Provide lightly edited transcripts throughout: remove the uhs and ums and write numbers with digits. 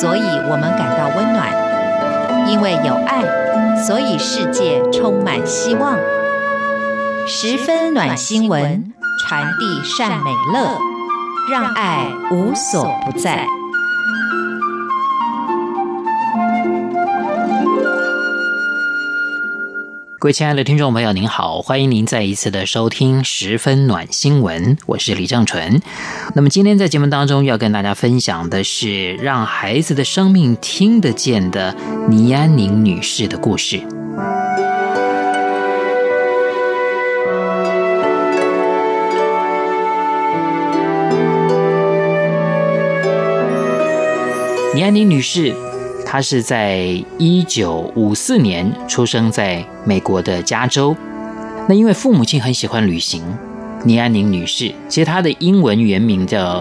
所以我们感到温暖；因为有爱，所以世界充满希望。十分暖新闻，传递善美乐，让爱无所不在。 各位亲爱的听众朋友您好，欢迎您再一次的收听十分暖新闻，我是李正纯。那么今天在节目当中要跟大家分享的是让孩子的生命听得见的倪安宁女士的故事。倪安宁女士她是在1954年出生在美国的加州。那因为父母亲很喜欢旅行，倪安宁女士其实她的英文原名叫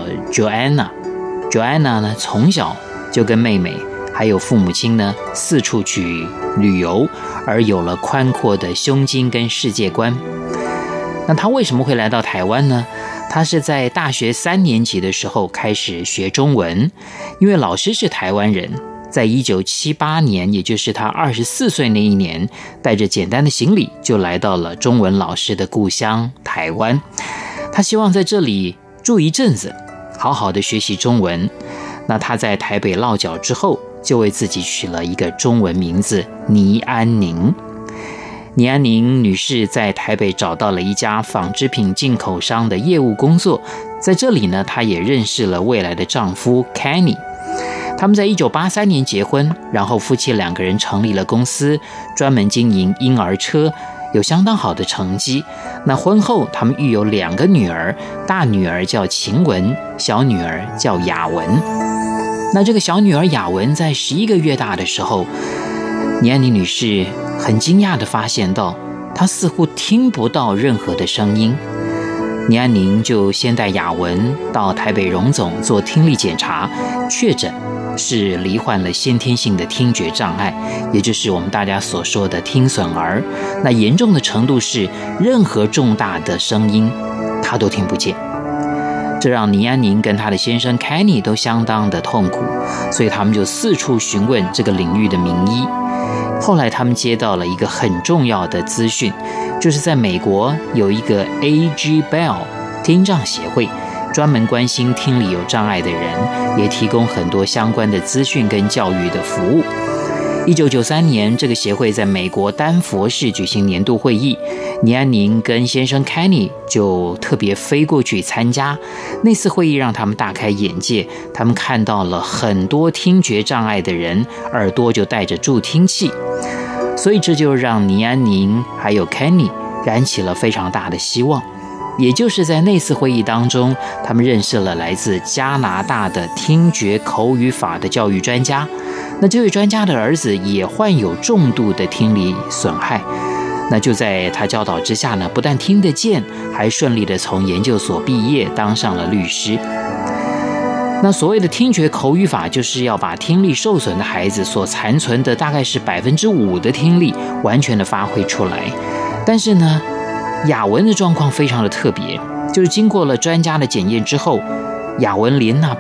Joanna 呢，从小就跟妹妹还有父母亲呢四处去旅游，而有了宽阔的胸襟跟世界观。那她为什么会来到台湾呢？她是在大学3年级的时候开始学中文，因为老师是台湾人，在1978年，也就是他24岁那一年，带着简单的行李就来到了中文老师的故乡台湾。他希望在这里住一阵子，好好的学习中文。那他在台北落脚之后，就为自己取了一个中文名字倪安宁。倪安宁女士在台北找到了一家纺织品进口商的业务工作，在这里呢，她也认识了未来的丈夫 Kenny。他们在1983年结婚，然后夫妻2个人成立了公司，专门经营婴儿车，有相当好的成绩。那婚后他们育有2个女儿，大女儿叫晴雯，小女儿叫雅雯。那这个小女儿雅雯在11个月大的时候，倪安宁女士很惊讶地发现到，她似乎听不到任何的声音。倪安宁就先带雅雯到台北荣总做听力检查，确诊是罹患了先天性的听觉障碍，也就是我们大家所说的听损儿。那严重的程度是任何重大的声音她都听不见，这让倪安宁跟她的先生 Kenny 都相当的痛苦，所以他们就四处询问这个领域的名医。后来他们接到了一个很重要的资讯，就是在美国有一个 A.G. Bell 听障协会，专门关心听力有障碍的人，也提供很多相关的资讯跟教育的服务。1993年，这个协会在美国丹佛市举行年度会议，倪安宁跟先生 Kenny 就特别飞过去参加。那次会议让他们大开眼界，他们看到了很多听觉障碍的人耳朵就带着助听器，所以这就让倪安宁还有 Kenny 燃起了非常大的希望。也就是在那次会议当中，他们认识了来自加拿大的听觉口语法的教育专家。那这位专家的儿子也患有重度的听力损害，那就在他教导之下呢，不但听得见，还顺利的从研究所毕业，当上了律师。那所谓的听觉口语法，就是要把听力受损的孩子所残存的大概是5%的听力完全的发挥出来。但是呢，雅雯的状况非常的特别，就是经过了专家的检验之后，雅雯连那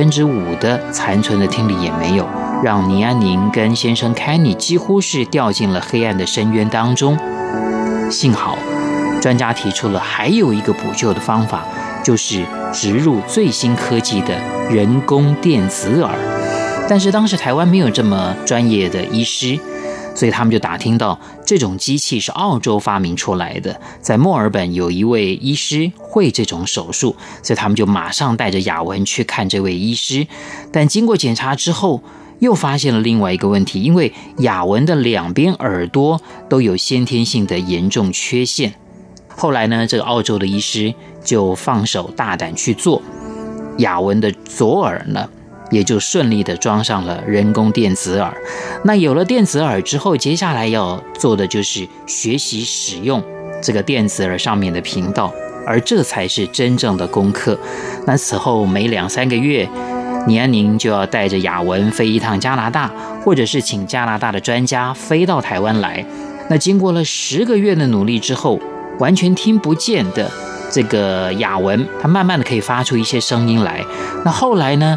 5%的残存的听力也没有，让倪安宁跟先生 Kenny 几乎是掉进了黑暗的深渊当中。幸好专家提出了还有一个补救的方法，就是植入最新科技的人工电子耳。但是当时台湾没有这么专业的医师，所以他们就打听到这种机器是澳洲发明出来的，在墨尔本有一位医师会这种手术，所以他们就马上带着雅雯去看这位医师。但经过检查之后，又发现了另外一个问题，因为雅雯的2边耳朵都有先天性的严重缺陷。后来呢，这个澳洲的医师就放手大胆去做，雅雯的左耳呢也就顺利的装上了人工电子耳。那有了电子耳之后，接下来要做的就是学习使用这个电子耳上面的频道，而这才是真正的功课。那此后每2-3个月，倪安宁就要带着雅雯飞一趟加拿大，或者是请加拿大的专家飞到台湾来。那经过了10个月的努力之后，完全听不见的这个雅雯，她慢慢的可以发出一些声音来。那后来呢，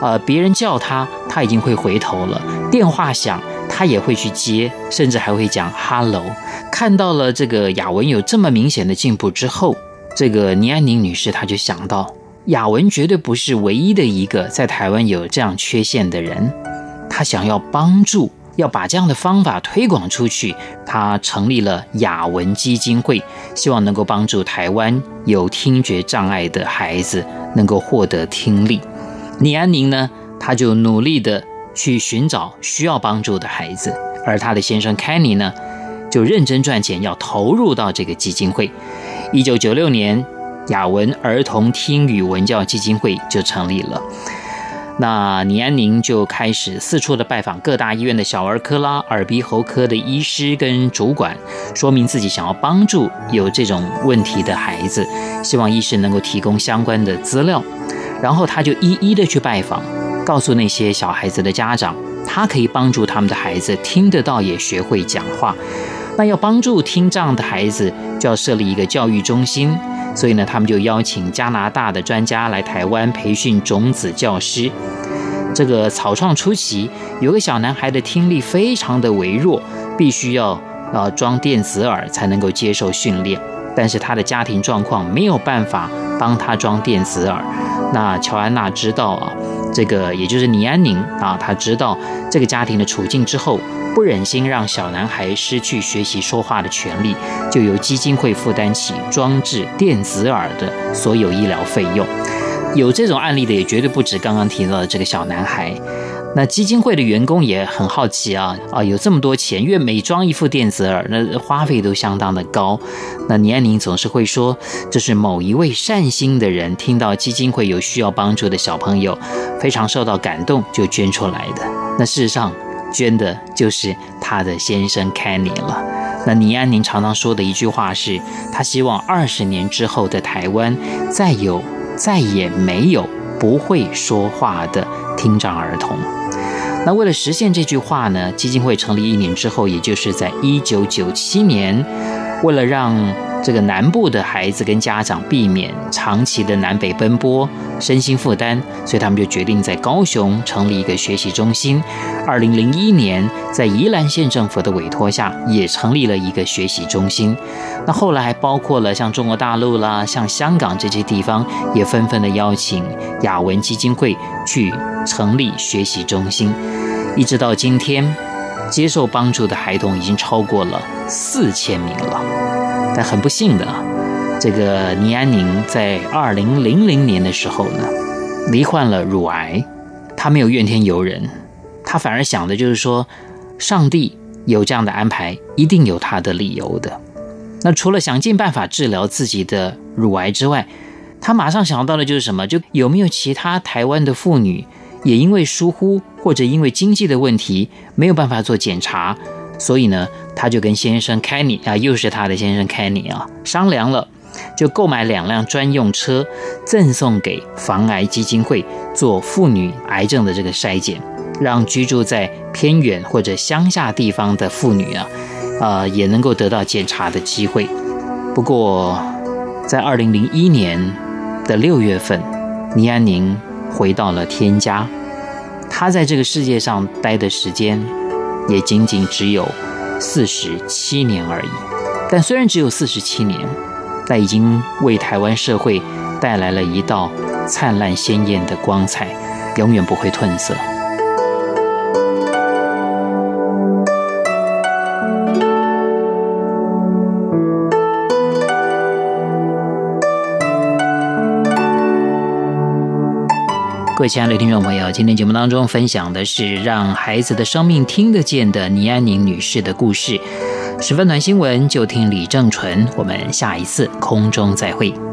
别人叫他，他已经会回头了；电话响，他也会去接，甚至还会讲 hello。看到了这个雅文有这么明显的进步之后，这个倪安宁女士她就想到，雅文绝对不是唯一的一个在台湾有这样缺陷的人，她想要帮助，要把这样的方法推广出去，她成立了雅文基金会，希望能够帮助台湾有听觉障碍的孩子能够获得听力。倪安宁呢，她就努力的去寻找需要帮助的孩子，而她的先生 Kenny 呢，就认真赚钱，要投入到这个基金会。1996年，雅文儿童听语文教基金会就成立了。那倪安宁就开始四处的拜访各大医院的小儿科啦、耳鼻喉科的医师跟主管，说明自己想要帮助有这种问题的孩子，希望医师能够提供相关的资料。然后他就一一的去拜访，告诉那些小孩子的家长，他可以帮助他们的孩子听得到也学会讲话。那要帮助听障的孩子，就要设立一个教育中心，所以呢，他们就邀请加拿大的专家来台湾培训种子教师。这个草创初期，有个小男孩的听力非常的微弱，必须要装电子耳才能够接受训练，但是他的家庭状况没有办法帮他装电子耳。那乔安娜知道这个也就是倪安宁她知道这个家庭的处境之后，不忍心让小男孩失去学习说话的权利，就由基金会负担起装置电子耳的所有医疗费用。有这种案例的也绝对不止刚刚提到的这个小男孩。那基金会的员工也很好奇有这么多钱，因为每装一副电子耳，那花费都相当的高。那倪安宁总是会说，这是某一位善心的人听到基金会有需要帮助的小朋友，非常受到感动，就捐出来的。那事实上，捐的就是他的先生 Kenny 了。那倪安宁常常说的一句话是，他希望20年之后的台湾再也没有不会说话的听障儿童。那为了实现这句话呢，基金会成立1年之后，也就是在1997年，为了让这个南部的孩子跟家长避免长期的南北奔波身心负担，所以他们就决定在高雄成立一个学习中心。2001年在宜兰县政府的委托下，也成立了一个学习中心。那后来还包括了像中国大陆啦、像香港这些地方，也纷纷的邀请雅文基金会去成立学习中心。一直到今天，接受帮助的孩童已经超过了4000名了。但很不幸的这个倪安宁在2000年的时候呢，罹患了乳癌。他没有怨天尤人，他反而想的就是说，上帝有这样的安排，一定有他的理由的。那除了想尽办法治疗自己的乳癌之外，他马上想到的就是什么？就有没有其他台湾的妇女也因为疏忽或者因为经济的问题没有办法做检查，所以呢，他就跟先生 Kenny 又是他的先生 Kenny 商量了，就购买2辆专用车，赠送给防癌基金会做妇女癌症的这个筛检，让居住在偏远或者乡下地方的妇女也能够得到检查的机会。不过，在2001年的6月份，倪安宁回到了天家。他在这个世界上待的时间也仅仅只有47年而已。但虽然只有47年，但已经为台湾社会带来了一道灿烂鲜艳的光彩，永远不会褪色。各位亲爱的听众朋友，今天节目当中分享的是让孩子的生命听得见的倪安宁女士的故事。10分暖新闻就听李正纯，我们下一次空中再会。